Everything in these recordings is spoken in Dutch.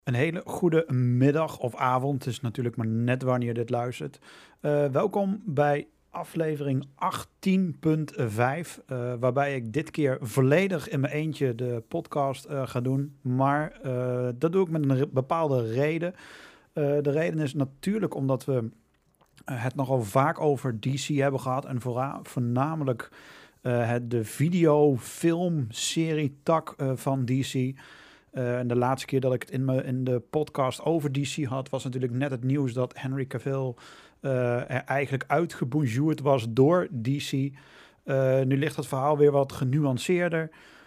Een hele goede middag of avond. Het is natuurlijk maar net wanneer je dit luistert. Welkom bij aflevering 18.5. Waarbij ik dit keer volledig in mijn eentje de podcast ga doen. Maar dat doe ik met een bepaalde reden. De reden is natuurlijk omdat we het nogal vaak over DC hebben gehad. En voornamelijk de video-film-serie tak van DC. En de laatste keer dat ik het in de podcast over DC had, was natuurlijk net het nieuws dat Henry Cavill er eigenlijk uitgebonjourd was door DC. Nu ligt het verhaal weer wat genuanceerder.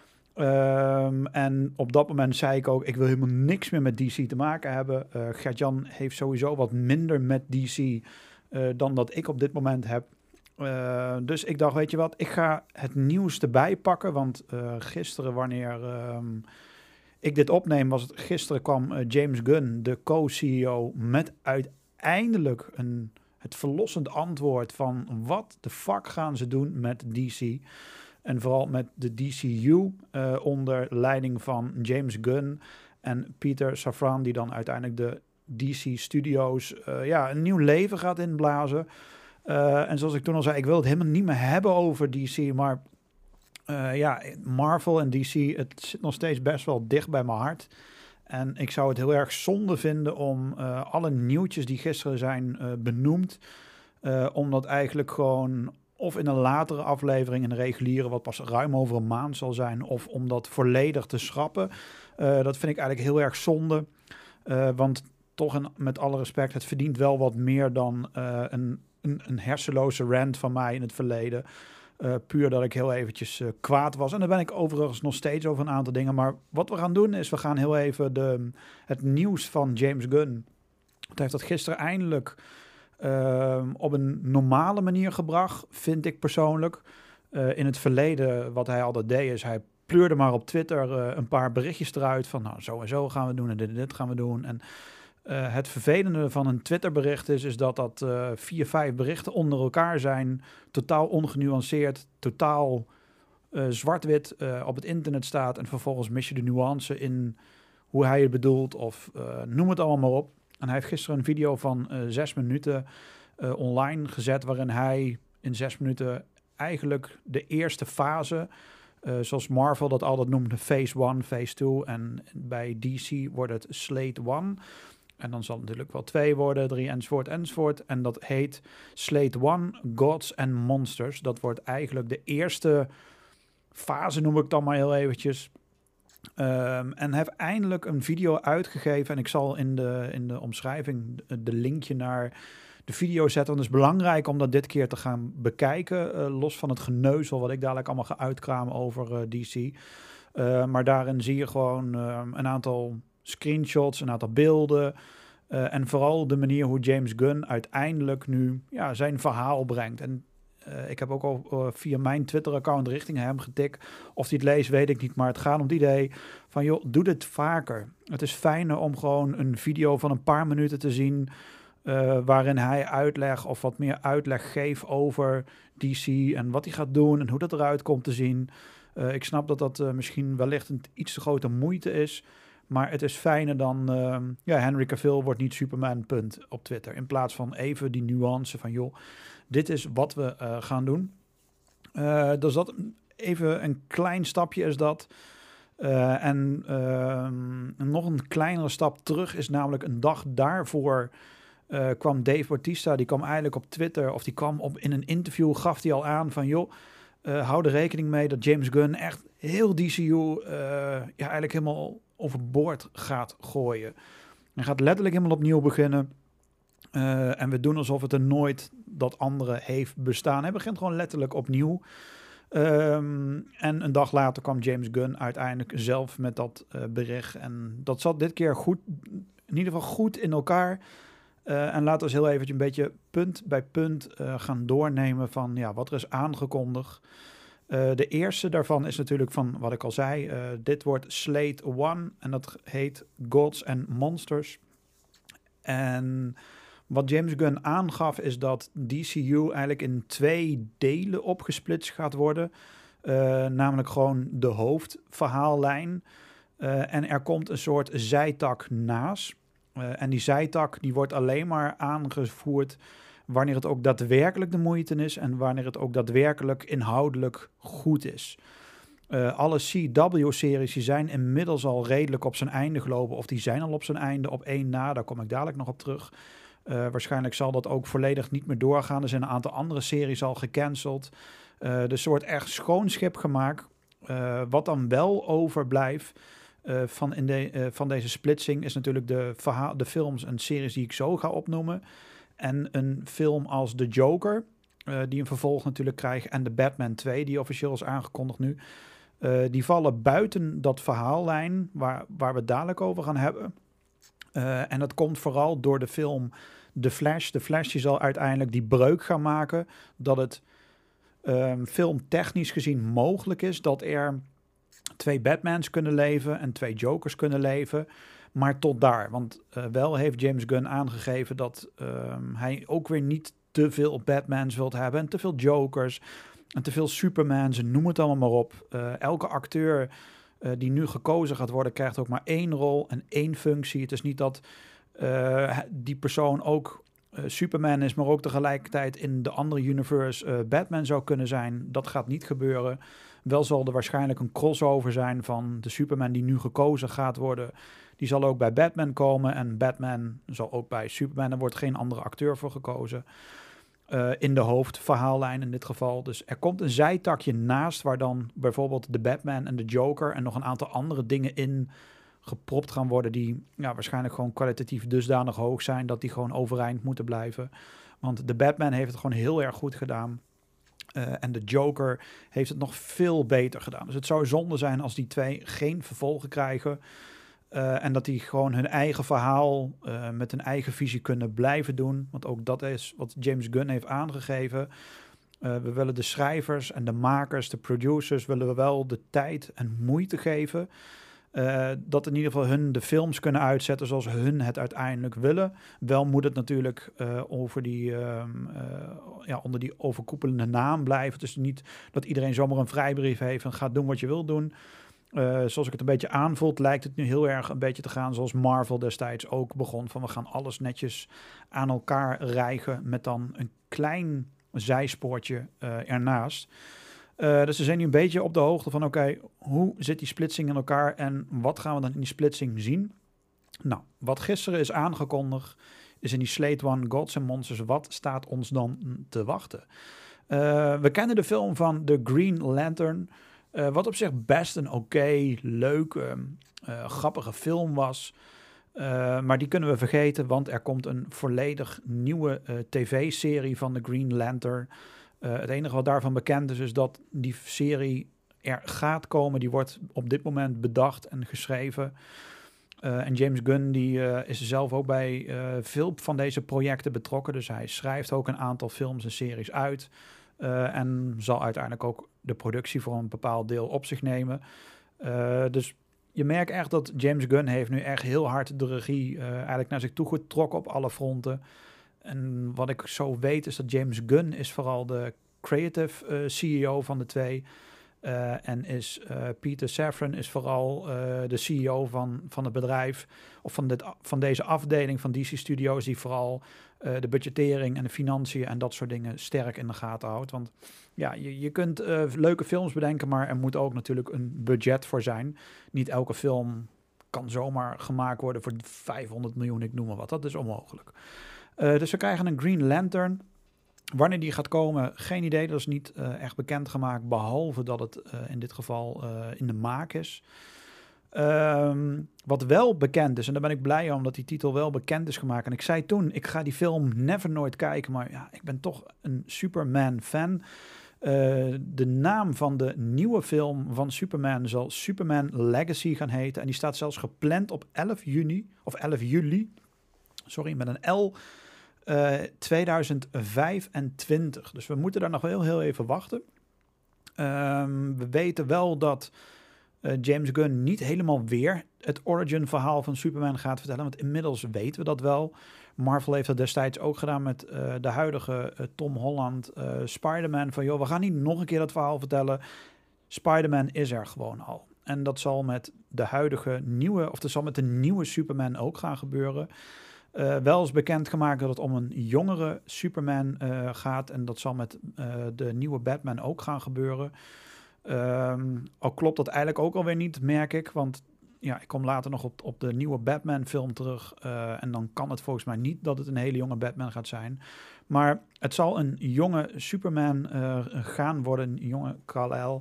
En op dat moment zei ik ook, ik wil helemaal niks meer met DC te maken hebben. Gert-Jan heeft sowieso wat minder met DC dan dat ik op dit moment heb. Dus ik dacht, weet je wat, ik ga het nieuws erbij pakken. Want gisteren, wanneer ik dit opneem, gisteren kwam James Gunn, de co-CEO, met uiteindelijk het verlossend antwoord van wat de fuck gaan ze doen met DC. En vooral met de DCU onder leiding van James Gunn en Peter Safran, die dan uiteindelijk de DC Studios een nieuw leven gaat inblazen. En zoals ik toen al zei, ik wil het helemaal niet meer hebben over DC, maar Marvel en DC, het zit nog steeds best wel dicht bij mijn hart. En ik zou het heel erg zonde vinden om alle nieuwtjes die gisteren zijn benoemd, om dat eigenlijk gewoon of in een latere aflevering, in een reguliere, wat pas ruim over een maand zal zijn, of om dat volledig te schrappen. Dat vind ik eigenlijk heel erg zonde. Want toch, met alle respect, het verdient wel wat meer dan een hersenloze rant van mij in het verleden. Puur dat ik heel eventjes kwaad was. En daar ben ik overigens nog steeds over een aantal dingen. Maar wat we gaan doen is, we gaan heel even het nieuws van James Gunn. Hij heeft dat gisteren eindelijk op een normale manier gebracht, vind ik persoonlijk. In het verleden, wat hij altijd deed, is hij pleurde maar op Twitter een paar berichtjes eruit van, nou, zo en zo gaan we doen en dit gaan we doen. En het vervelende van een Twitterbericht is dat 4-5 berichten onder elkaar zijn, totaal ongenuanceerd, totaal zwart-wit op het internet staat en vervolgens mis je de nuance in hoe hij het bedoelt of noem het allemaal maar op. En hij heeft gisteren een video van 6 minuten online gezet waarin hij in 6 minuten eigenlijk de eerste fase, zoals Marvel dat altijd noemde, Phase 1, Phase 2 en bij DC wordt het Slate 1. En dan zal het natuurlijk wel 2 worden, 3 enzovoort. En dat heet Slate 1, Gods and Monsters. Dat wordt eigenlijk de eerste fase, noem ik dan maar heel eventjes. En hij heeft eindelijk een video uitgegeven. En ik zal in de omschrijving de linkje naar de video zetten. Want het is belangrijk om dat dit keer te gaan bekijken. Los van het geneuzel wat ik dadelijk allemaal ga uitkramen over DC. Maar daarin zie je gewoon een aantal screenshots, een aantal beelden. En vooral de manier hoe James Gunn uiteindelijk nu zijn verhaal brengt. En ik heb ook al via mijn Twitter-account richting hem getikt. Of hij het leest, weet ik niet. Maar het gaat om het idee van, joh, doe dit vaker. Het is fijner om gewoon een video van een paar minuten te zien, waarin hij uitleg of wat meer uitleg geeft over DC en wat hij gaat doen en hoe dat eruit komt te zien. Ik snap dat dat misschien wellicht een iets te grote moeite is. Maar het is fijner dan, Henry Cavill wordt niet Superman, punt, op Twitter. In plaats van even die nuance van, joh, dit is wat we gaan doen. Dus dat even een klein stapje is dat. En nog een kleinere stap terug is namelijk een dag daarvoor kwam Dave Bautista, die kwam eigenlijk op Twitter, of die kwam in een interview, gaf hij al aan van, joh, hou er rekening mee dat James Gunn echt heel DCU eigenlijk helemaal overboord gaat gooien. Hij gaat letterlijk helemaal opnieuw beginnen. En we doen alsof het er nooit dat andere heeft bestaan. Hij begint gewoon letterlijk opnieuw. En een dag later kwam James Gunn uiteindelijk zelf met dat bericht. En dat zat dit keer goed, in ieder geval goed in elkaar. En laten we heel even een beetje punt bij punt gaan doornemen van wat er is aangekondigd. De eerste daarvan is natuurlijk van wat ik al zei. Dit wordt Slate 1 en dat heet Gods and Monsters. En wat James Gunn aangaf is dat DCU eigenlijk in 2 delen opgesplitst gaat worden. Namelijk gewoon de hoofdverhaallijn. En er komt een soort zijtak naast. En die zijtak die wordt alleen maar aangevoerd wanneer het ook daadwerkelijk de moeite is en wanneer het ook daadwerkelijk inhoudelijk goed is. Alle CW-series die zijn inmiddels al redelijk op zijn einde gelopen, of die zijn al op zijn einde op 1 na, daar kom ik dadelijk nog op terug. Waarschijnlijk zal dat ook volledig niet meer doorgaan. Er zijn een aantal andere series al gecanceld. Dus er wordt echt schoon schip gemaakt. Wat dan wel overblijft van deze splitsing is natuurlijk de films en series die ik zo ga opnoemen. En een film als The Joker, die een vervolg natuurlijk krijgt. En The Batman 2, die officieel is aangekondigd nu. Die vallen buiten dat verhaallijn waar we het dadelijk over gaan hebben. En dat komt vooral door de film The Flash. The Flash die zal uiteindelijk die breuk gaan maken dat het filmtechnisch gezien mogelijk is dat er 2 Batmans kunnen leven en 2 Jokers kunnen leven. Maar tot daar. Want wel heeft James Gunn aangegeven dat hij ook weer niet te veel Batmans wilt hebben en te veel Jokers en te veel Supermans, noem het allemaal maar op. Elke acteur die nu gekozen gaat worden, krijgt ook maar 1 rol en 1 functie. Het is niet dat die persoon ook Superman is, maar ook tegelijkertijd in de andere universe Batman zou kunnen zijn. Dat gaat niet gebeuren. Wel zal er waarschijnlijk een crossover zijn van de Superman die nu gekozen gaat worden. Die zal ook bij Batman komen en Batman zal ook bij Superman. Er wordt geen andere acteur voor gekozen. In de hoofdverhaallijn in dit geval. Dus er komt een zijtakje naast waar dan bijvoorbeeld de Batman en de Joker en nog een aantal andere dingen in gepropt gaan worden die waarschijnlijk gewoon kwalitatief dusdanig hoog zijn dat die gewoon overeind moeten blijven. Want de Batman heeft het gewoon heel erg goed gedaan. En de Joker heeft het nog veel beter gedaan. Dus het zou zonde zijn als die 2 geen vervolgen krijgen. En dat die gewoon hun eigen verhaal met hun eigen visie kunnen blijven doen. Want ook dat is wat James Gunn heeft aangegeven. We willen de schrijvers en de makers, de producers, willen we wel de tijd en moeite geven. Dat in ieder geval hun de films kunnen uitzetten zoals hun het uiteindelijk willen. Wel moet het natuurlijk onder die overkoepelende naam blijven. Dus niet dat iedereen zomaar een vrijbrief heeft en gaat doen wat je wil doen. Zoals ik het een beetje aanvoelt, lijkt het nu heel erg een beetje te gaan zoals Marvel destijds ook begon. Van we gaan alles netjes aan elkaar rijgen met dan een klein zijspoortje ernaast. Dus we zijn nu een beetje op de hoogte van oké, hoe zit die splitsing in elkaar en wat gaan we dan in die splitsing zien? Nou, wat gisteren is aangekondigd is in die Slate One Gods and Monsters, wat staat ons dan te wachten? We kennen de film van The Green Lantern, wat op zich best een oké, leuke, grappige film was. Maar die kunnen we vergeten, want er komt een volledig nieuwe tv-serie van The Green Lantern. Het enige wat daarvan bekend is dat die serie er gaat komen. Die wordt op dit moment bedacht en geschreven. En James Gunn die, is zelf ook bij veel van deze projecten betrokken. Dus hij schrijft ook een aantal films en series uit. En zal uiteindelijk ook de productie voor een bepaald deel op zich nemen. Dus je merkt echt dat James Gunn heeft nu echt heel hard de regie eigenlijk naar zich toe getrokken op alle fronten. En wat ik zo weet is dat James Gunn is vooral de creative CEO van de 2. En is Peter Safran is vooral de CEO van het bedrijf. Of van deze afdeling van DC Studios die vooral de budgettering en de financiën en dat soort dingen sterk in de gaten houdt. Want ja, je kunt leuke films bedenken, maar er moet ook natuurlijk een budget voor zijn. Niet elke film kan zomaar gemaakt worden voor 500 miljoen, ik noem maar wat. Dat is onmogelijk. Dus we krijgen een Green Lantern. Wanneer die gaat komen, geen idee. Dat is niet echt bekendgemaakt, behalve dat het in dit geval in de maak is. Wat wel bekend is, en daar ben ik blij om dat die titel wel bekend is gemaakt. En ik zei toen, ik ga die film never nooit kijken, maar ja, ik ben toch een Superman-fan. De naam van de nieuwe film van Superman zal Superman Legacy gaan heten. En die staat zelfs gepland op 11 juli, met een L, 2025. Dus we moeten daar nog wel heel even wachten. We weten wel dat James Gunn niet helemaal weer het origin verhaal van Superman gaat vertellen. Want inmiddels weten we dat wel. Marvel heeft dat destijds ook gedaan met de huidige Tom Holland Spider-Man. Van joh, we gaan niet nog een keer dat verhaal vertellen. Spider-Man is er gewoon al. En dat zal met de huidige nieuwe, of dat zal met de nieuwe Superman ook gaan gebeuren. Wel is bekendgemaakt dat het om een jongere Superman gaat. En dat zal met de nieuwe Batman ook gaan gebeuren. Al klopt dat eigenlijk ook alweer niet, merk ik. Want ja, ik kom later nog op de nieuwe Batman film terug. En dan kan het volgens mij niet dat het een hele jonge Batman gaat zijn. Maar het zal een jonge Superman gaan worden. Een jonge Kal-El.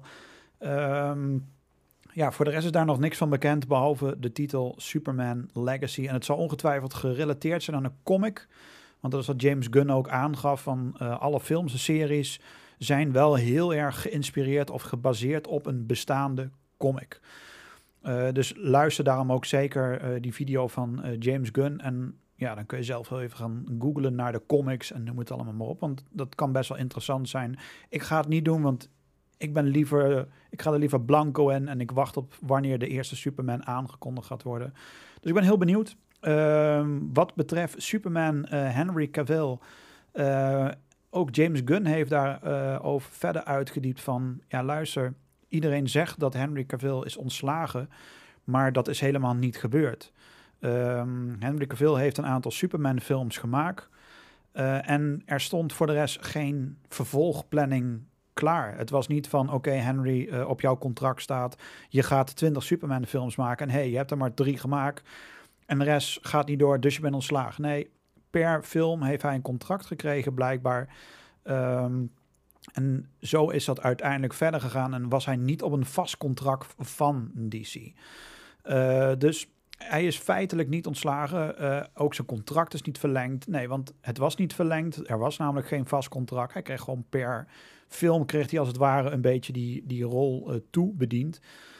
Ja, voor de rest is daar nog niks van bekend, behalve de titel Superman Legacy. En het zal ongetwijfeld gerelateerd zijn aan een comic. Want dat is wat James Gunn ook aangaf, van alle films en series zijn wel heel erg geïnspireerd of gebaseerd op een bestaande comic. Dus luister daarom ook zeker die video van James Gunn. En ja, dan kun je zelf wel even gaan googlen naar de comics en noem het allemaal maar op. Want dat kan best wel interessant zijn. Ik ga het niet doen, want ik ga er liever blanco in en ik wacht op wanneer de eerste Superman aangekondigd gaat worden. Dus ik ben heel benieuwd. Wat betreft Superman Henry Cavill, ook James Gunn heeft daar over verder uitgediept van, ja luister, iedereen zegt dat Henry Cavill is ontslagen, maar dat is helemaal niet gebeurd. Henry Cavill heeft een aantal Superman films gemaakt en er stond voor de rest geen vervolgplanning klaar. Het was niet van, oké, Henry, op jouw contract staat, je gaat 20 Superman films maken en hey, je hebt er maar 3 gemaakt en de rest gaat niet door, dus je bent ontslagen. Nee, per film heeft hij een contract gekregen, blijkbaar. En zo is dat uiteindelijk verder gegaan en was hij niet op een vast contract van DC. Dus hij is feitelijk niet ontslagen. Ook zijn contract is niet verlengd. Nee, want het was niet verlengd. Er was namelijk geen vast contract. Hij kreeg gewoon per film, kreeg hij als het ware een beetje die rol toebediend.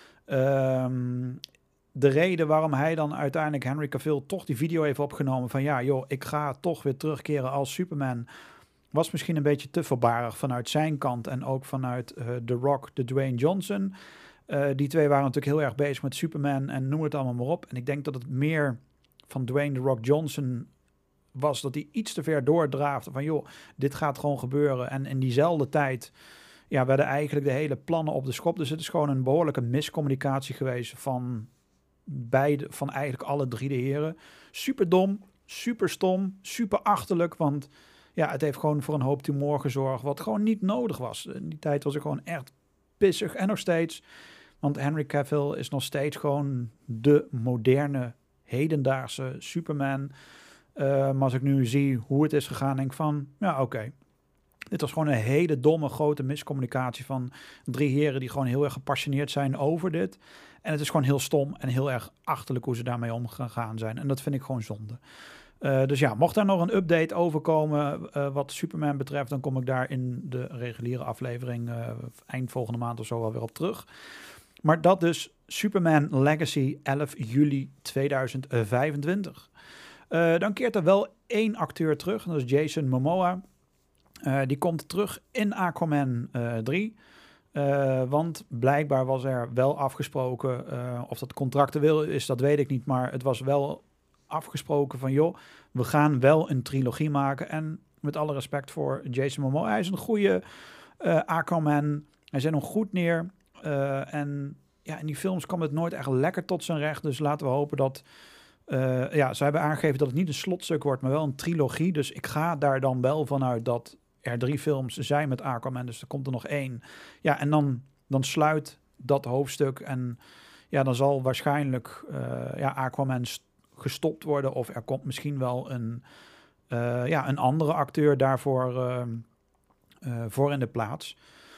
De reden waarom hij dan uiteindelijk Henry Cavill toch die video heeft opgenomen van ja joh, ik ga toch weer terugkeren als Superman, was misschien een beetje te voorbarig vanuit zijn kant en ook vanuit The Rock, de Dwayne Johnson. Die twee waren natuurlijk heel erg bezig met Superman en noem het allemaal maar op. En ik denk dat het meer van Dwayne The Rock Johnson was dat hij iets te ver doordraafde van joh, dit gaat gewoon gebeuren. En in diezelfde tijd ja, werden eigenlijk de hele plannen op de schop. Dus het is gewoon een behoorlijke miscommunicatie geweest van eigenlijk alle 3 de heren. Super dom, super stom, super achterlijk, want ja, het heeft gewoon voor een hoop tumor gezorgd, wat gewoon niet nodig was. In die tijd was ik gewoon echt pissig en nog steeds. Want Henry Cavill is nog steeds gewoon de moderne, hedendaagse Superman. Maar als ik nu zie hoe het is gegaan, denk ik van, ja oké. Dit was gewoon een hele domme, grote miscommunicatie van 3 heren die gewoon heel erg gepassioneerd zijn over dit. En het is gewoon heel stom en heel erg achterlijk hoe ze daarmee omgegaan zijn. En dat vind ik gewoon zonde. Dus ja, mocht daar nog een update over komen wat Superman betreft, dan kom ik daar in de reguliere aflevering eind volgende maand of zo wel weer op terug. Maar dat dus Superman Legacy 11 juli 2025. Dan keert er wel 1 acteur terug, dat is Jason Momoa. Die komt terug in Aquaman 3. Want blijkbaar was er wel afgesproken, of dat contractueel is, dat weet ik niet, maar het was wel afgesproken van joh, we gaan wel een trilogie maken. En met alle respect voor Jason Momoa, hij is een goede Aquaman, hij zet hem goed neer. En ja, in die films kwam het nooit echt lekker tot zijn recht, dus laten we hopen dat ze hebben aangegeven dat het niet een slotstuk wordt, maar wel een trilogie. Dus ik ga daar dan wel vanuit dat er 3 films zijn met Aquaman, dus er komt er nog 1. Ja, en dan sluit dat hoofdstuk en ja, dan zal waarschijnlijk Aquaman gestopt worden of er komt misschien wel een andere acteur daarvoor voor in de plaats.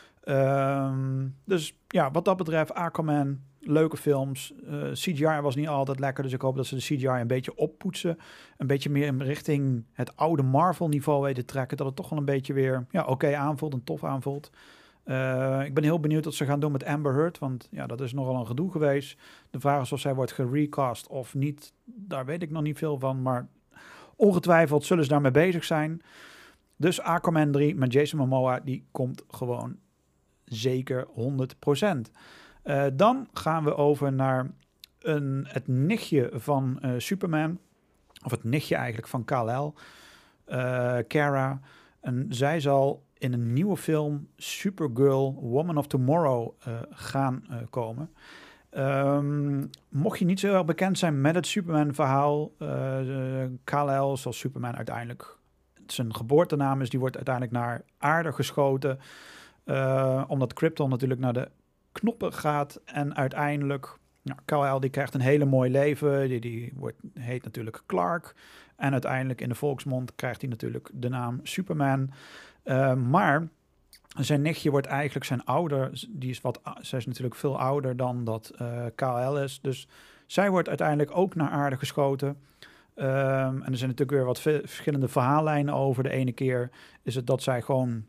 Dus ja, wat dat betreft Aquaman, leuke films. CGI was niet altijd lekker, dus ik hoop dat ze de CGI een beetje oppoetsen. Een beetje meer in richting het oude Marvel niveau weten trekken, dat het toch wel een beetje weer oké aanvoelt en tof aanvoelt. Ik ben heel benieuwd wat ze gaan doen met Amber Heard, want ja, dat is nogal een gedoe geweest. De vraag is of zij wordt gerecast of niet, daar weet ik nog niet veel van, maar ongetwijfeld zullen ze daarmee bezig zijn. Dus Aquaman 3 met Jason Momoa, die komt gewoon zeker 100%. Dan gaan we over naar het nichtje van Superman, of het nichtje eigenlijk van Kal-El, Kara. En zij zal in een nieuwe film Supergirl, Woman of Tomorrow gaan komen. Mocht je niet zo heel erg bekend zijn met het Superman-verhaal, Kal-El, zoals Superman uiteindelijk zijn geboortenaam is, die wordt uiteindelijk naar aarde geschoten, omdat Krypton natuurlijk naar de knoppen gaat en uiteindelijk, Kal-El die krijgt een hele mooi leven, die heet natuurlijk Clark en uiteindelijk in de volksmond krijgt hij natuurlijk de naam Superman, maar zijn nichtje wordt eigenlijk zijn ouder. Zij is natuurlijk veel ouder dan dat Kal-El is. Dus zij wordt uiteindelijk ook naar aarde geschoten. En er zijn natuurlijk weer wat verschillende verhaallijnen over. De ene keer is het dat zij gewoon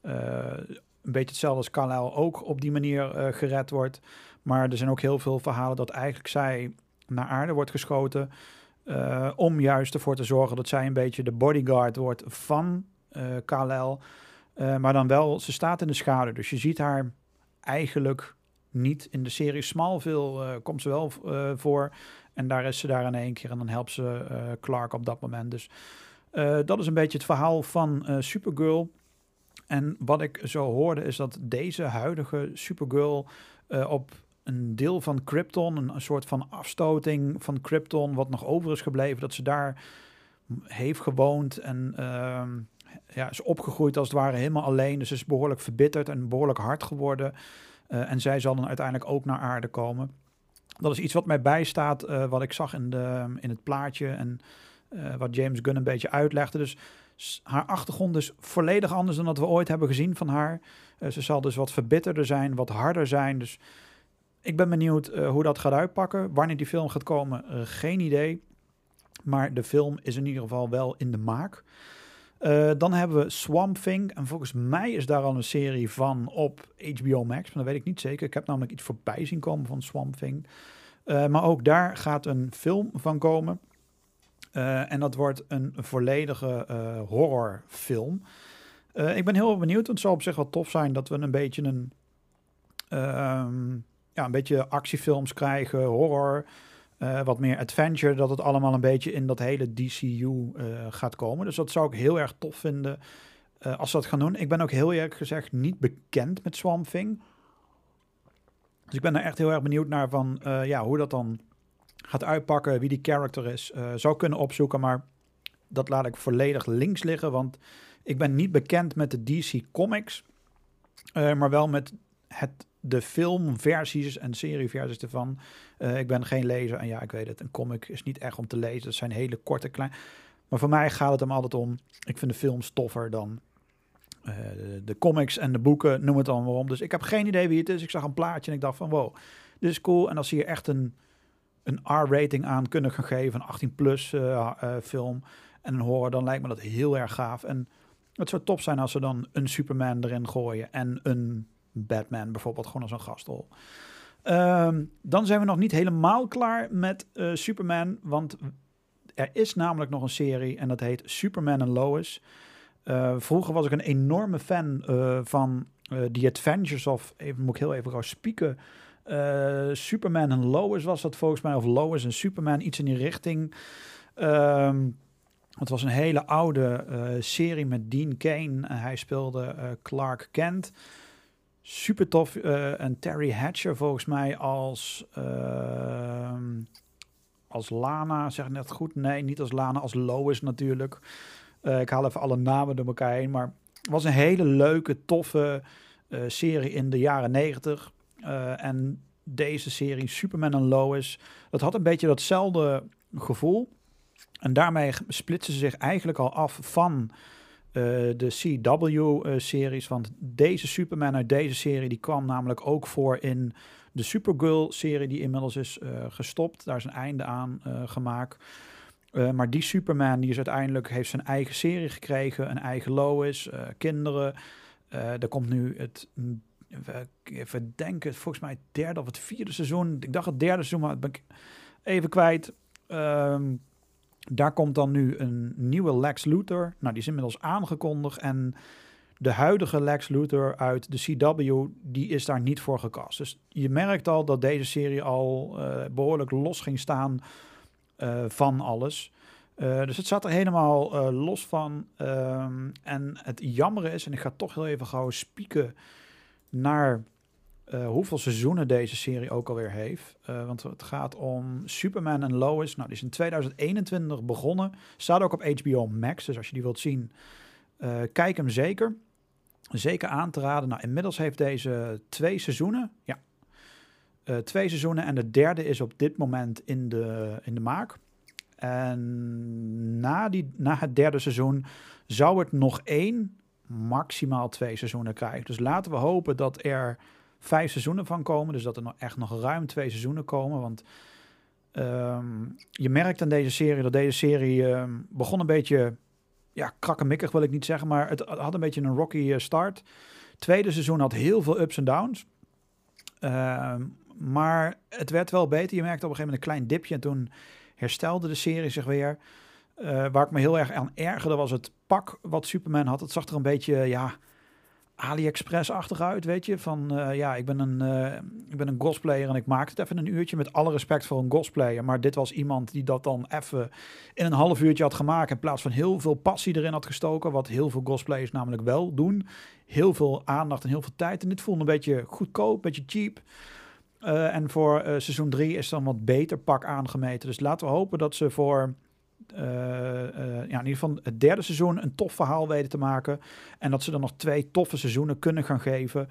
een beetje hetzelfde als Kal-El ook op die manier gered wordt. Maar er zijn ook heel veel verhalen dat eigenlijk zij naar aarde wordt geschoten. Om juist ervoor te zorgen dat zij een beetje de bodyguard wordt van Kal-El. Maar dan wel, ze staat in de schaduw. Dus je ziet haar eigenlijk niet. In de serie Smallville komt ze wel voor. En daar is ze daar in één keer. En dan helpt ze Clark op dat moment. Dus dat is een beetje het verhaal van Supergirl. En wat ik zo hoorde is dat deze huidige Supergirl op een deel van Krypton, een soort van afstoting van Krypton, wat nog over is gebleven, dat ze daar heeft gewoond en is opgegroeid als het ware helemaal alleen. Dus is behoorlijk verbitterd en behoorlijk hard geworden. En zij zal dan uiteindelijk ook naar aarde komen. Dat is iets wat mij bijstaat, wat ik zag in het plaatje en wat James Gunn een beetje uitlegde. Dus haar achtergrond is volledig anders dan dat we ooit hebben gezien van haar. Ze zal dus wat verbitterder zijn, wat harder zijn. Dus ik ben benieuwd hoe dat gaat uitpakken. Wanneer die film gaat komen, geen idee. Maar de film is in ieder geval wel in de maak. Dan hebben we Swamp Thing. En volgens mij is daar al een serie van op HBO Max. Maar dat weet ik niet zeker. Ik heb namelijk iets voorbij zien komen van Swamp Thing. Maar ook daar gaat een film van komen. En dat wordt een volledige horrorfilm. Ik ben heel benieuwd. Het zal op zich wel tof zijn dat we een beetje een beetje actiefilms krijgen. Horror. Wat meer adventure, dat het allemaal een beetje in dat hele DCU gaat komen. Dus dat zou ik heel erg tof vinden als ze dat gaan doen. Ik ben ook heel eerlijk gezegd niet bekend met Swamp Thing. Dus ik ben er echt heel erg benieuwd naar van hoe dat dan gaat uitpakken, wie die character is. Zou kunnen opzoeken, maar dat laat ik volledig links liggen, want ik ben niet bekend met de DC Comics, maar wel met de filmversies en serieversies ervan. Ik ben geen lezer en ja, ik weet het, een comic is niet echt om te lezen. Het zijn hele korte, klein. Maar voor mij gaat het hem altijd om, ik vind de films toffer dan de comics en de boeken, noem het dan maar om. Dus ik heb geen idee wie het is. Ik zag een plaatje en ik dacht van wow, dit is cool. En als ze hier echt een R-rating aan kunnen gaan geven, een 18-plus film en een horror, dan lijkt me dat heel erg gaaf. En het zou top zijn als ze dan een Superman erin gooien en een Batman bijvoorbeeld gewoon als een gastrol. Dan zijn we nog niet helemaal klaar met Superman, want er is namelijk nog een serie en dat heet Superman and Lois. Vroeger was ik een enorme fan van The Adventures of, moet ik heel even gauw spieken, Superman en Lois was dat volgens mij, of Lois en Superman, iets in die richting. Het was een hele oude serie met Dean Cain. Hij speelde Clark Kent. Super tof. En Terry Hatcher volgens mij als Lana, zeg ik net goed? Nee, niet als Lana, als Lois natuurlijk. Ik haal even alle namen door elkaar heen. Maar het was een hele leuke, toffe serie in de jaren 90. En deze serie, Superman en Lois, dat had een beetje datzelfde gevoel. En daarmee splitsen ze zich eigenlijk al af van de CW-series. Want deze Superman uit deze serie, die kwam namelijk ook voor in de Supergirl-serie die inmiddels is gestopt. Daar is een einde aan gemaakt. Maar die Superman, die is uiteindelijk, heeft zijn eigen serie gekregen, een eigen Lois, kinderen. Er komt nu even denken, volgens mij het derde of het vierde seizoen. Ik dacht het derde seizoen, maar dat ben ik even kwijt. Daar komt dan nu een nieuwe Lex Luthor. Nou, die is inmiddels aangekondigd. En de huidige Lex Luthor uit de CW, die is daar niet voor gecast. Dus je merkt al dat deze serie al behoorlijk los ging staan van alles. Dus het zat er helemaal los van. En het jammere is, en ik ga toch heel even gauw spieken naar hoeveel seizoenen deze serie ook alweer heeft. Want het gaat om Superman en Lois. Nou, die is in 2021 begonnen. Staat ook op HBO Max, dus als je die wilt zien, kijk hem zeker. Zeker aan te raden. Nou, inmiddels heeft deze 2 seizoenen. Ja, 2 seizoenen en de derde is op dit moment in de maak. En na het derde seizoen zou het nog 1, maximaal 2 seizoenen krijgen. Dus laten we hopen dat er 5 seizoenen van komen. Dus dat er echt nog ruim 2 seizoenen komen. Want je merkt aan deze serie dat deze serie begon een beetje, ja, krakkemikkig wil ik niet zeggen, maar het had een beetje een rocky start. Tweede seizoen had heel veel ups en downs. Maar het werd wel beter. Je merkte op een gegeven moment een klein dipje en toen herstelde de serie zich weer. Waar ik me heel erg aan ergerde was het pak wat Superman had. Het zag er een beetje, ja, AliExpress-achtig uit, weet je. Van, ik ben een cosplayer en ik maak het even een uurtje. Met alle respect voor een cosplayer. Maar dit was iemand die dat dan even in een half uurtje had gemaakt. In plaats van heel veel passie erin had gestoken. Wat heel veel cosplayers namelijk wel doen. Heel veel aandacht en heel veel tijd. En dit voelde een beetje goedkoop, een beetje cheap. En voor seizoen 3 is dan wat beter pak aangemeten. Dus laten we hopen dat ze voor in ieder geval het derde seizoen een tof verhaal weten te maken. En dat ze dan nog 2 toffe seizoenen kunnen gaan geven.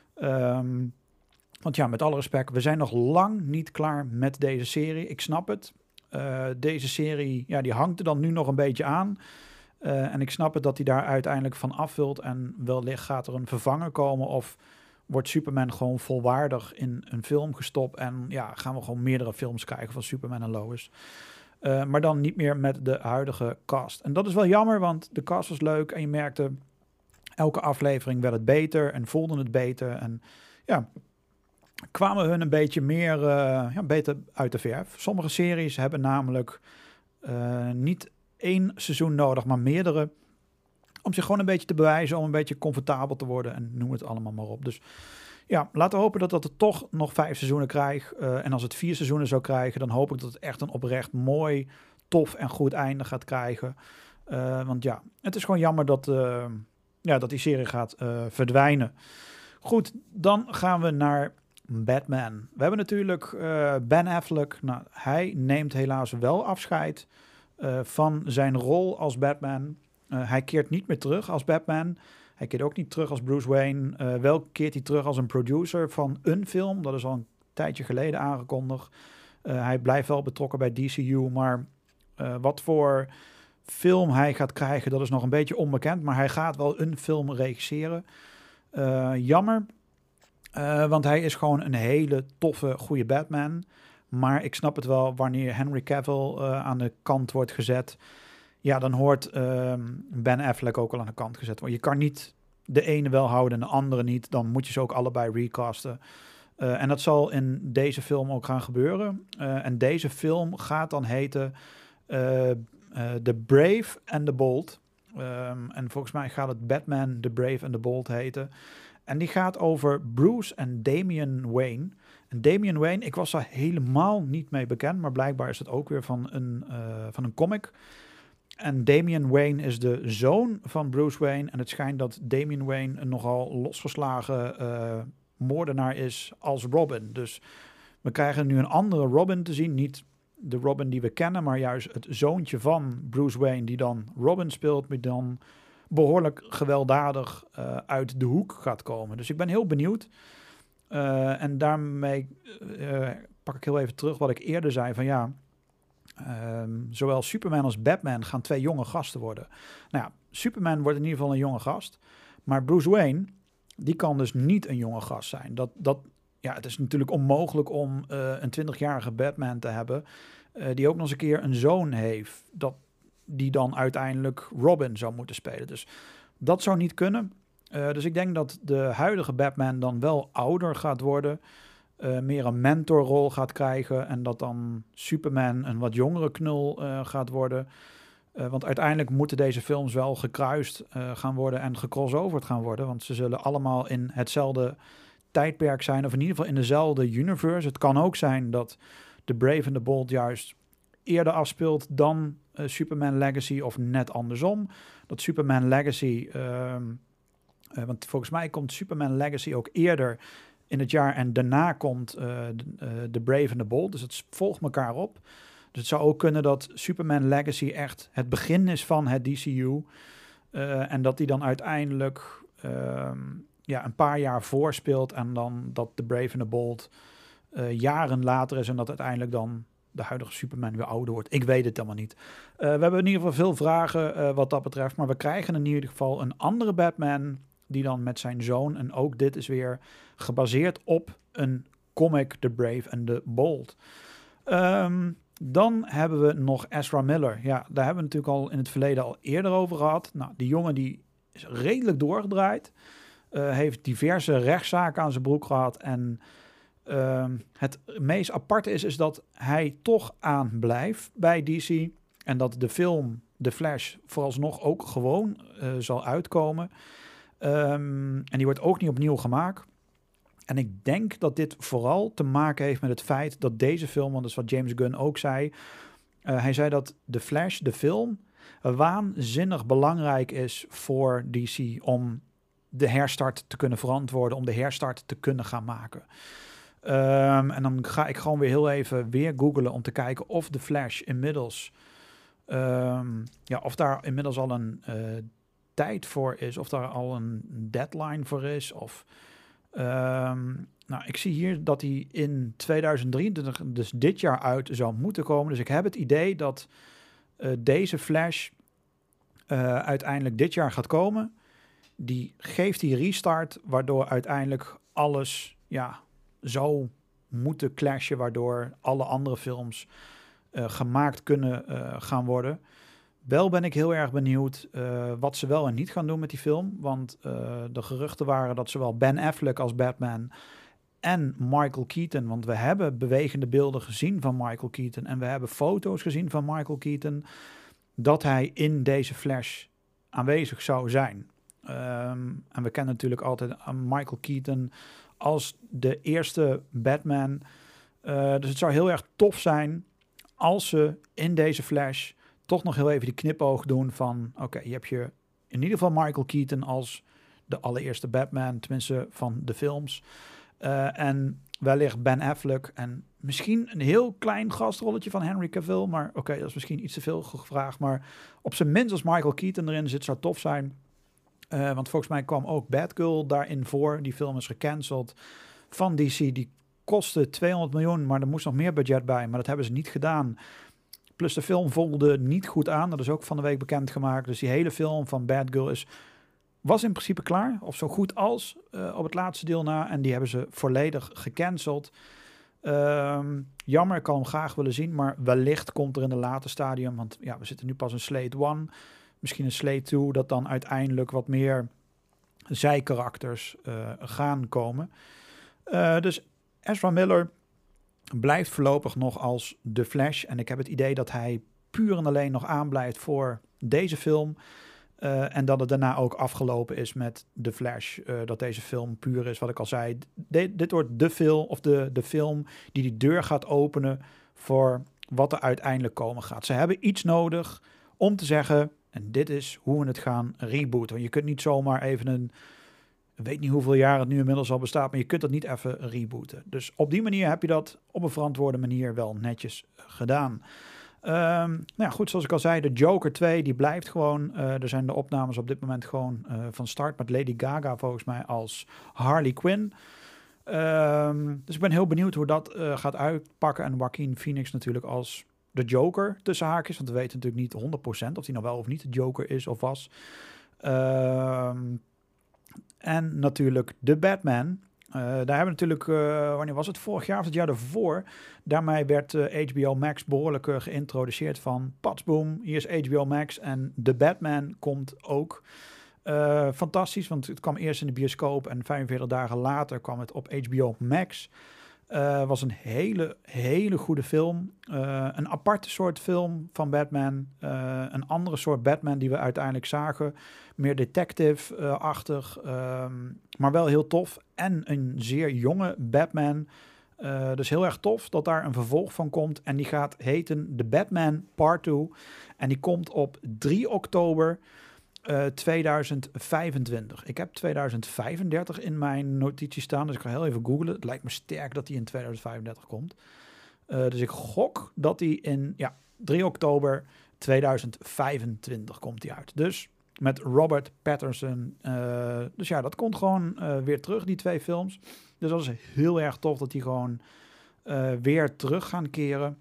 Want ja, met alle respect, we zijn nog lang niet klaar met deze serie. Ik snap het. Deze serie, ja, die hangt er dan nu nog een beetje aan. En ik snap het dat hij daar uiteindelijk van afvult. En wellicht gaat er een vervanger komen of wordt Superman gewoon volwaardig in een film gestopt. En ja, gaan we gewoon meerdere films krijgen van Superman en Lois. Maar dan niet meer met de huidige cast. En dat is wel jammer, want de cast was leuk. En je merkte, elke aflevering werd het beter en voelde het beter. En ja, kwamen hun een beetje meer beter uit de verf. Sommige series hebben namelijk niet 1 seizoen nodig, maar meerdere. Om zich gewoon een beetje te bewijzen, om een beetje comfortabel te worden. En noem het allemaal maar op. Dus ja, laten we hopen dat het toch nog 5 seizoenen krijgt. En als het 4 seizoenen zou krijgen, dan hoop ik dat het echt een oprecht mooi, tof en goed einde gaat krijgen. Want ja, het is gewoon jammer dat die serie gaat verdwijnen. Goed, dan gaan we naar Batman. We hebben natuurlijk Ben Affleck. Nou, hij neemt helaas wel afscheid van zijn rol als Batman. Hij keert niet meer terug als Batman. Hij keert ook niet terug als Bruce Wayne. Wel keert hij terug als een producer van een film. Dat is al een tijdje geleden aangekondigd. Hij blijft wel betrokken bij DCU. Maar wat voor film hij gaat krijgen, dat is nog een beetje onbekend. Maar hij gaat wel een film regisseren. Jammer. Want hij is gewoon een hele toffe, goede Batman. Maar ik snap het wel, wanneer Henry Cavill aan de kant wordt gezet, ja, dan hoort Ben Affleck ook al aan de kant gezet worden. Je kan niet de ene wel houden en de andere niet. Dan moet je ze ook allebei recasten. En dat zal in deze film ook gaan gebeuren. En deze film gaat dan heten The Brave and the Bold. En volgens mij gaat het Batman The Brave and the Bold heten. En die gaat over Bruce en Damian Wayne. En Damian Wayne, ik was daar helemaal niet mee bekend, maar blijkbaar is het ook weer van een comic. En Damian Wayne is de zoon van Bruce Wayne. En het schijnt dat Damian Wayne een nogal losgeslagen moordenaar is als Robin. Dus we krijgen nu een andere Robin te zien. Niet de Robin die we kennen, maar juist het zoontje van Bruce Wayne die dan Robin speelt, maar dan behoorlijk gewelddadig uit de hoek gaat komen. Dus ik ben heel benieuwd. En daarmee pak ik heel even terug wat ik eerder zei van ja, zowel Superman als Batman gaan 2 jonge gasten worden. Nou ja, Superman wordt in ieder geval een jonge gast. Maar Bruce Wayne, die kan dus niet een jonge gast zijn. Het is natuurlijk onmogelijk om een 20-jarige Batman te hebben die ook nog eens een keer een zoon heeft. Die dan uiteindelijk Robin zou moeten spelen. Dus dat zou niet kunnen. Dus ik denk dat de huidige Batman dan wel ouder gaat worden. Meer een mentorrol gaat krijgen. En dat dan Superman een wat jongere knul gaat worden. Want uiteindelijk moeten deze films wel gekruist gaan worden en gecrossoverd gaan worden. Want ze zullen allemaal in hetzelfde tijdperk zijn. Of in ieder geval in dezelfde universe. Het kan ook zijn dat The Brave and the Bold juist eerder afspeelt dan Superman Legacy of net andersom. Dat Superman Legacy, want volgens mij komt Superman Legacy ook eerder in het jaar. En daarna komt The Brave and the Bold. Dus het volgt elkaar op. Dus het zou ook kunnen dat Superman Legacy echt het begin is van het DCU. En dat die dan uiteindelijk een paar jaar voorspeelt. En dan dat The Brave and the Bold jaren later is. En dat uiteindelijk dan de huidige Superman weer ouder wordt. Ik weet het helemaal niet. We hebben in ieder geval veel vragen wat dat betreft. Maar we krijgen in ieder geval een andere Batman die dan met zijn zoon... En ook dit is weer gebaseerd op een comic, The Brave and the Bold. Dan hebben we nog Ezra Miller. Ja, daar hebben we natuurlijk al in het verleden al eerder over gehad. Nou, die jongen die is redelijk doorgedraaid. Heeft diverse rechtszaken aan zijn broek gehad. En het meest aparte is dat hij toch aanblijft bij DC. En dat de film The Flash vooralsnog ook gewoon zal uitkomen. En die wordt ook niet opnieuw gemaakt. En ik denk dat dit vooral te maken heeft met het feit dat deze film, want dat is wat James Gunn ook zei. Hij zei dat The Flash, de film, waanzinnig belangrijk is voor DC om de herstart te kunnen verantwoorden, om de herstart te kunnen gaan maken. En dan ga ik gewoon weer heel even weer googlen om te kijken of The Flash inmiddels, of daar inmiddels al een tijd voor is, of daar al een deadline voor is, of... ik zie hier dat hij in 2023, dus dit jaar uit, zou moeten komen. Dus ik heb het idee dat deze Flash uiteindelijk dit jaar gaat komen. Die geeft die restart, waardoor uiteindelijk alles zou moeten clashen, waardoor alle andere films gemaakt kunnen gaan worden. Wel ben ik heel erg benieuwd wat ze wel en niet gaan doen met die film. Want de geruchten waren dat zowel Ben Affleck als Batman en Michael Keaton... want we hebben bewegende beelden gezien van Michael Keaton... en we hebben foto's gezien van Michael Keaton... dat hij in deze Flash aanwezig zou zijn. En we kennen natuurlijk altijd Michael Keaton als de eerste Batman. Dus het zou heel erg tof zijn als ze in deze Flash... toch nog heel even die knipoog doen van... oké, je hebt je in ieder geval Michael Keaton als de allereerste Batman... tenminste van de films. En wellicht Ben Affleck... en misschien een heel klein gastrolletje van Henry Cavill... maar oké, dat is misschien iets te veel gevraagd... maar op zijn minst als Michael Keaton erin zit... zou tof zijn. Want volgens mij kwam ook Batgirl daarin voor. Die film is gecanceld van DC. Die kostte 200 miljoen... maar er moest nog meer budget bij... maar dat hebben ze niet gedaan... Plus de film voelde niet goed aan. Dat is ook van de week bekendgemaakt. Dus die hele film van Batgirl was in principe klaar. Of zo goed als op het laatste deel na. En die hebben ze volledig gecanceld. Jammer, ik kan hem graag willen zien. Maar wellicht komt er in de late stadium. Want we zitten nu pas in Slate 1. Misschien een Slate 2. Dat dan uiteindelijk wat meer zijkarakters gaan komen. Dus Ezra Miller... blijft voorlopig nog als The Flash. En ik heb het idee dat hij puur en alleen nog aanblijft voor deze film. En dat het daarna ook afgelopen is met The Flash. Dat deze film puur is, wat ik al zei. Dit wordt de film, of de film die deur gaat openen voor wat er uiteindelijk komen gaat. Ze hebben iets nodig om te zeggen... en dit is hoe we het gaan rebooten. Want je kunt niet zomaar even ik weet niet hoeveel jaar het nu inmiddels al bestaat, maar je kunt dat niet even rebooten. Dus op die manier heb je dat op een verantwoorde manier wel netjes gedaan. Goed, zoals ik al zei, de Joker 2, die blijft gewoon. Er zijn de opnames op dit moment gewoon van start met Lady Gaga volgens mij als Harley Quinn. Dus ik ben heel benieuwd hoe dat gaat uitpakken. En Joaquin Phoenix natuurlijk als de Joker tussen haakjes, want we weten natuurlijk niet 100% of hij nou wel of niet de Joker is of was. En natuurlijk de Batman. Daar hebben we natuurlijk, wanneer was het? Vorig jaar of het jaar daarvoor. Daarmee werd HBO Max behoorlijk geïntroduceerd van... patsboom, hier is HBO Max en de Batman komt ook. Fantastisch, want het kwam eerst in de bioscoop... en 45 dagen later kwam het op HBO Max. Was een hele goede film. Een aparte soort film van Batman. Een andere soort Batman die we uiteindelijk zagen. Meer detective-achtig. Maar wel heel tof. En een zeer jonge Batman. Dus heel erg tof dat daar een vervolg van komt. En die gaat heten The Batman Part 2. En die komt op 3 oktober 2025. Ik heb 2035 in mijn notitie staan, dus ik ga heel even googlen. Het lijkt me sterk dat die in 2035 komt. Dus ik gok dat die in 3 oktober 2025 komt die uit. Dus met Robert Pattinson. Dus ja, dat komt gewoon weer terug, die 2 films. Dus dat is heel erg tof dat die gewoon weer terug gaan keren.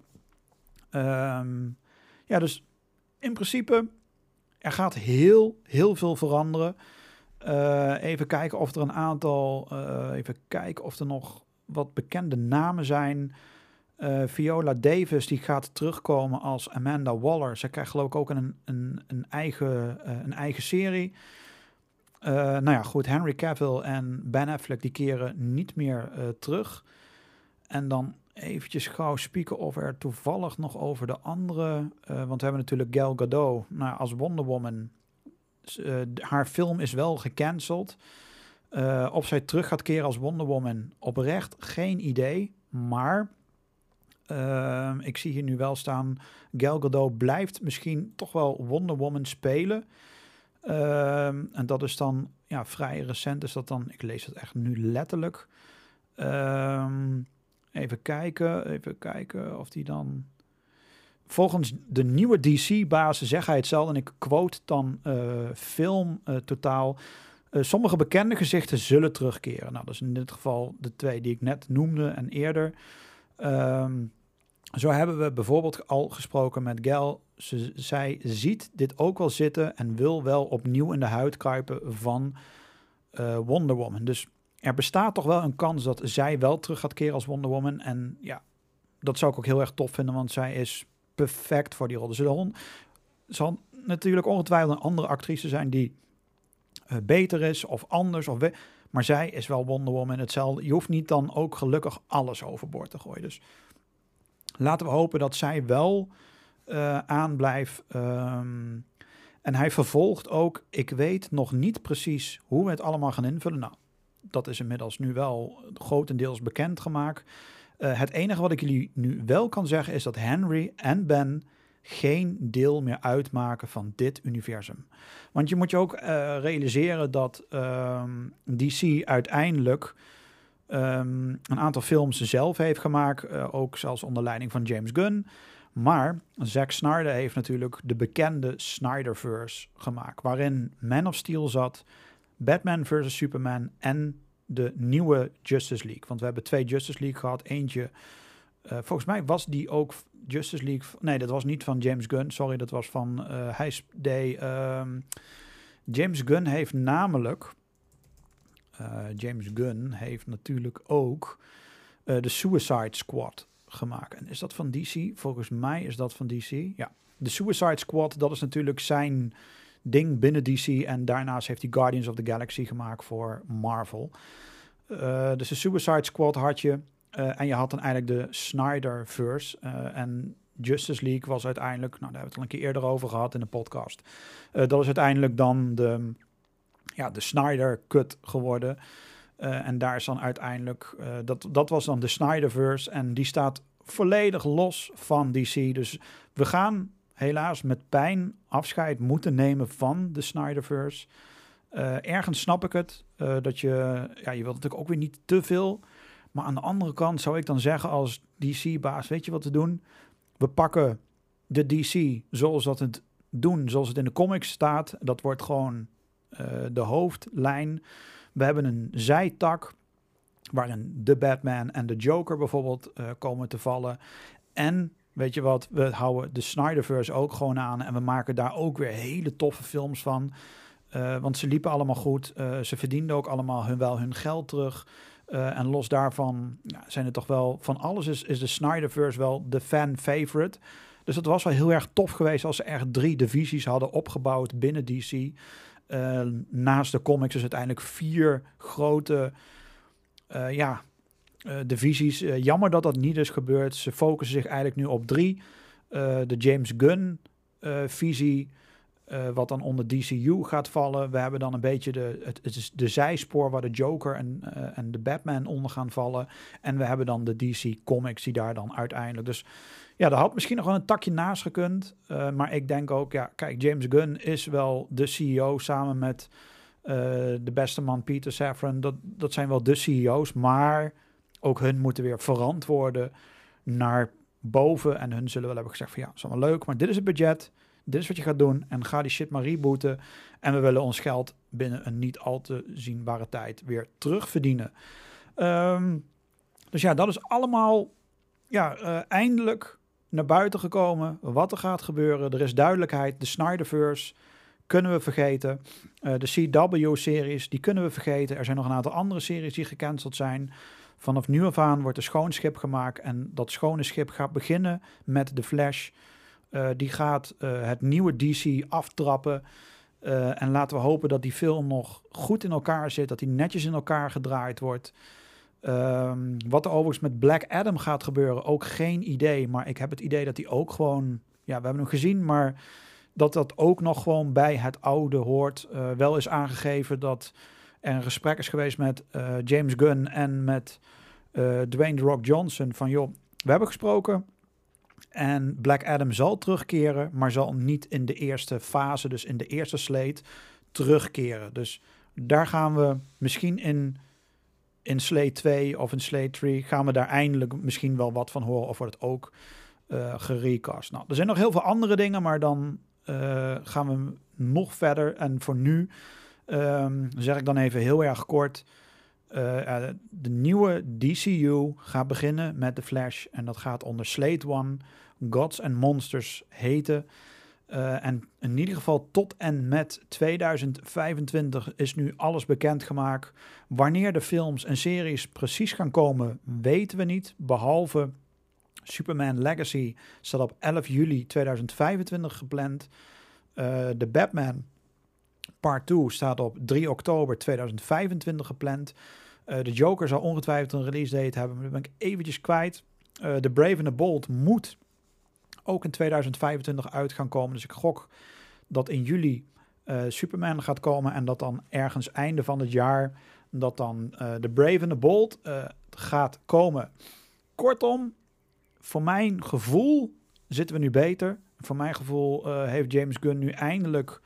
Dus in principe, er gaat heel veel veranderen. Even kijken of er een aantal... even kijken of er nog wat bekende namen zijn. Viola Davis, die gaat terugkomen als Amanda Waller. Zij krijgt geloof ik ook een eigen serie. Goed, Henry Cavill en Ben Affleck, die keren niet meer terug. En dan eventjes gauw spieken of er toevallig nog over de andere... want we hebben natuurlijk Gal Gadot als Wonder Woman. Haar film is wel gecanceld. Of zij terug gaat keren als Wonder Woman, oprecht geen idee. Maar ik zie hier nu wel staan... Gal Gadot blijft misschien toch wel Wonder Woman spelen. En dat is dan vrij recent. Is dat dan? Ik lees het echt nu letterlijk. Even kijken of die dan... Volgens de nieuwe DC-baas zegt hij hetzelfde. En ik quote dan film totaal. Sommige bekende gezichten zullen terugkeren. Nou, dat is in dit geval de 2 die ik net noemde en eerder. Zo hebben we bijvoorbeeld al gesproken met Gal. Zij ziet dit ook wel zitten en wil wel opnieuw in de huid kruipen van Wonder Woman. Dus er bestaat toch wel een kans dat zij wel terug gaat keren als Wonder Woman. En ja, dat zou ik ook heel erg tof vinden, want zij is perfect voor die rol. Er zal natuurlijk ongetwijfeld een andere actrice zijn die beter is of anders. Maar zij is wel Wonder Woman hetzelfde. Je hoeft niet dan ook gelukkig alles overboord te gooien. Dus laten we hopen dat zij wel aanblijft. En hij vervolgt ook, ik weet nog niet precies hoe we het allemaal gaan invullen. Nou, dat is inmiddels nu wel grotendeels bekendgemaakt. Het enige wat ik jullie nu wel kan zeggen is dat Henry en Ben geen deel meer uitmaken van dit universum. Want je moet je ook realiseren dat DC uiteindelijk een aantal films zelf heeft gemaakt. Ook zelfs onder leiding van James Gunn. Maar Zack Snyder heeft natuurlijk de bekende Snyderverse gemaakt. Waarin Man of Steel zat, Batman vs. Superman en de nieuwe Justice League. Want we hebben 2 Justice League gehad. Eentje, volgens mij was die ook Justice League... Nee, dat was niet van James Gunn. Sorry, dat was van... James Gunn heeft namelijk... James Gunn heeft natuurlijk ook de Suicide Squad gemaakt. En is dat van DC? Volgens mij is dat van DC. Ja, de Suicide Squad, dat is natuurlijk zijn ding binnen DC. En daarnaast heeft hij Guardians of the Galaxy gemaakt voor Marvel. Dus de Suicide Squad had je. En je had dan eigenlijk de Snyderverse. En Justice League was uiteindelijk... Nou, daar hebben we het al een keer eerder over gehad in de podcast. Dat is uiteindelijk dan de Snyder Cut geworden. En daar is dan uiteindelijk... dat was dan de Snyderverse. En die staat volledig los van DC. Dus we gaan helaas met pijn afscheid moeten nemen van de Snyderverse. Ergens snap ik het. Dat je wilt natuurlijk ook weer niet te veel. Maar aan de andere kant zou ik dan zeggen als DC-baas... Weet je wat we doen? We pakken de DC zoals dat het doen. Zoals het in de comics staat. Dat wordt gewoon... de hoofdlijn. We hebben een zijtak waarin de Batman en de Joker bijvoorbeeld komen te vallen. En weet je wat, we houden de Snyderverse ook gewoon aan en we maken daar ook weer hele toffe films van. Want ze liepen allemaal goed. Ze verdienden ook allemaal hun geld terug. En los daarvan zijn er toch wel... Van alles is de Snyderverse wel de fan favorite. Dus het was wel heel erg tof geweest als ze echt 3 divisies hadden opgebouwd binnen DC... naast de comics is uiteindelijk 4 grote divisies. Jammer dat dat niet is gebeurd. Ze focussen zich eigenlijk nu op 3. De James Gunn visie, wat dan onder DCU gaat vallen. We hebben dan een beetje de zijspoor waar de Joker en de Batman onder gaan vallen. En we hebben dan de DC Comics die daar dan uiteindelijk... Dus Ja, daar had misschien nog wel een takje naast gekund. Maar ik denk ook, ja, kijk, James Gunn is wel de CEO samen met de beste man Peter Safran. Dat zijn wel de CEO's, maar ook hun moeten weer verantwoorden naar boven. En hun zullen wel hebben gezegd van ja, is allemaal leuk, maar dit is het budget. Dit is wat je gaat doen en ga die shit maar rebooten. En we willen ons geld binnen een niet al te zienbare tijd weer terugverdienen. Dus ja, dat is allemaal eindelijk naar buiten gekomen. Wat er gaat gebeuren. Er is duidelijkheid. De Snyderverse kunnen we vergeten. De CW-series, die kunnen we vergeten. Er zijn nog een aantal andere series die gecanceld zijn. Vanaf nu af aan wordt een schoon schip gemaakt. En dat schone schip gaat beginnen met The Flash. Die gaat het nieuwe DC aftrappen. En laten we hopen dat die film nog goed in elkaar zit. Dat die netjes in elkaar gedraaid wordt. Wat er overigens met Black Adam gaat gebeuren, ook geen idee. Maar ik heb het idee dat die ook gewoon... Ja, we hebben hem gezien, maar dat ook nog gewoon bij het oude hoort. Wel is aangegeven dat er een gesprek is geweest met James Gunn en met Dwayne The Rock Johnson. Van joh, we hebben gesproken en Black Adam zal terugkeren, maar zal niet in de eerste fase, dus in de eerste slate, terugkeren. Dus daar gaan we misschien in Slate 2 of in Slate 3 gaan we daar eindelijk misschien wel wat van horen. Of wordt het ook gerecast. Nou, er zijn nog heel veel andere dingen, maar dan gaan we nog verder. En voor nu zeg ik dan even heel erg kort. De nieuwe DCU gaat beginnen met The Flash. En dat gaat onder Slate 1 Gods and Monsters heten. En in ieder geval tot en met 2025 is nu alles bekendgemaakt. Wanneer de films en series precies gaan komen, weten we niet. Behalve Superman Legacy staat op 11 juli 2025 gepland. De Batman Part 2 staat op 3 oktober 2025 gepland. De Joker zal ongetwijfeld een release date hebben, maar dat ben ik eventjes kwijt. The Brave and the Bold moet ook in 2025 uit gaan komen. Dus ik gok dat in juli Superman gaat komen en dat dan ergens einde van het jaar dat dan The Brave and the Bold gaat komen. Kortom, voor mijn gevoel zitten we nu beter. Voor mijn gevoel heeft James Gunn nu eindelijk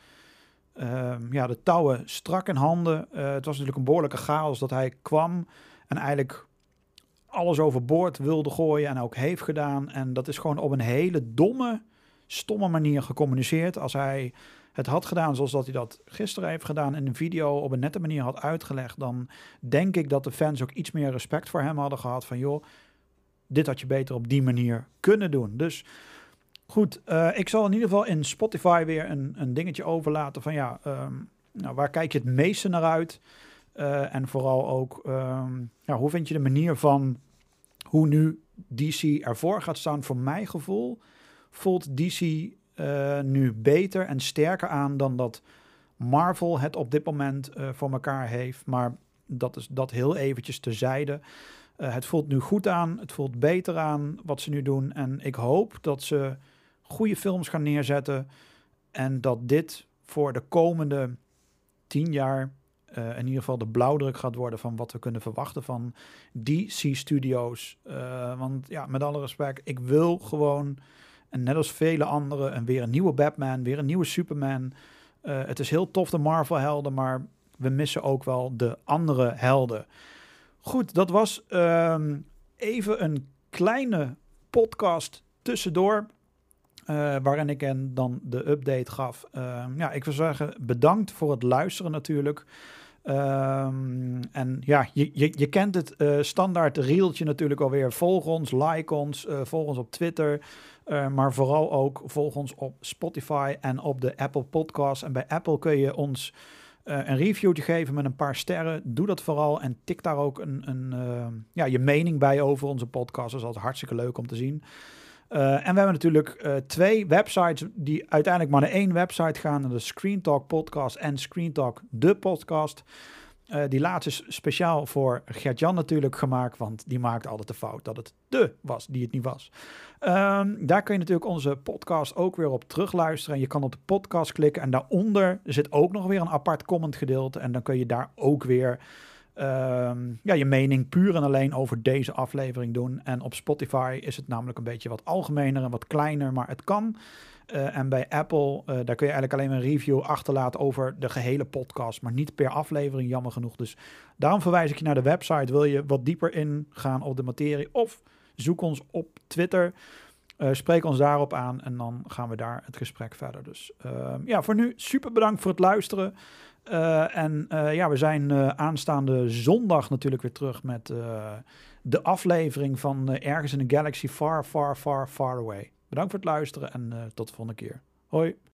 de touwen strak in handen. Het was natuurlijk een behoorlijke chaos dat hij kwam en eigenlijk alles overboord wilde gooien en ook heeft gedaan. En dat is gewoon op een hele stomme manier gecommuniceerd. Als hij het had gedaan zoals dat hij dat gisteren heeft gedaan in een video op een nette manier had uitgelegd, dan denk ik dat de fans ook iets meer respect voor hem hadden gehad van joh, dit had je beter op die manier kunnen doen. Dus goed, ik zal in ieder geval in Spotify weer een dingetje overlaten van waar kijk je het meeste naar uit? En vooral ook, hoe vind je de manier van hoe nu DC ervoor gaat staan? Voor mijn gevoel voelt DC nu beter en sterker aan dan dat Marvel het op dit moment voor elkaar heeft. Maar dat is dat heel eventjes terzijde. Het voelt nu goed aan, het voelt beter aan wat ze nu doen. En ik hoop dat ze goede films gaan neerzetten en dat dit voor de komende 10 jaar in ieder geval de blauwdruk gaat worden van wat we kunnen verwachten van DC Studios. Want ja, met alle respect, ik wil gewoon, en net als vele anderen, weer een nieuwe Batman, weer een nieuwe Superman. Het is heel tof de Marvel-helden, maar we missen ook wel de andere helden. Goed, dat was even een kleine podcast tussendoor, waarin ik hen dan de update gaf. Ik wil zeggen, bedankt voor het luisteren natuurlijk. En ja, je kent het standaard reeltje natuurlijk alweer. Volg ons, like ons, volg ons op Twitter. Maar vooral ook volg ons op Spotify en op de Apple Podcasts. En bij Apple kun je ons een reviewtje geven met een paar sterren. Doe dat vooral en tik daar ook je mening bij over onze podcast. Dat is altijd hartstikke leuk om te zien. En we hebben natuurlijk 2 websites die uiteindelijk maar naar 1 website gaan. Dat is Screen Talk Podcast en Screen Talk de podcast. Die laatste is speciaal voor Gert-Jan natuurlijk gemaakt, want die maakte altijd de fout dat het de was die het niet was. Daar kun je natuurlijk onze podcast ook weer op terugluisteren. En je kan op de podcast klikken en daaronder zit ook nog weer een apart comment gedeelte. En dan kun je daar ook weer je mening puur en alleen over deze aflevering doen. En op Spotify is het namelijk een beetje wat algemener en wat kleiner, maar het kan. En bij Apple, daar kun je eigenlijk alleen een review achterlaten over de gehele podcast, maar niet per aflevering, jammer genoeg. Dus daarom verwijs ik je naar de website. Wil je wat dieper ingaan op de materie of zoek ons op Twitter. Spreek ons daarop aan en dan gaan we daar het gesprek verder. Dus voor nu super bedankt voor het luisteren. We zijn aanstaande zondag natuurlijk weer terug met de aflevering van Ergens in een Galaxy Far, Far, Far, Far Away. Bedankt voor het luisteren en tot de volgende keer. Hoi!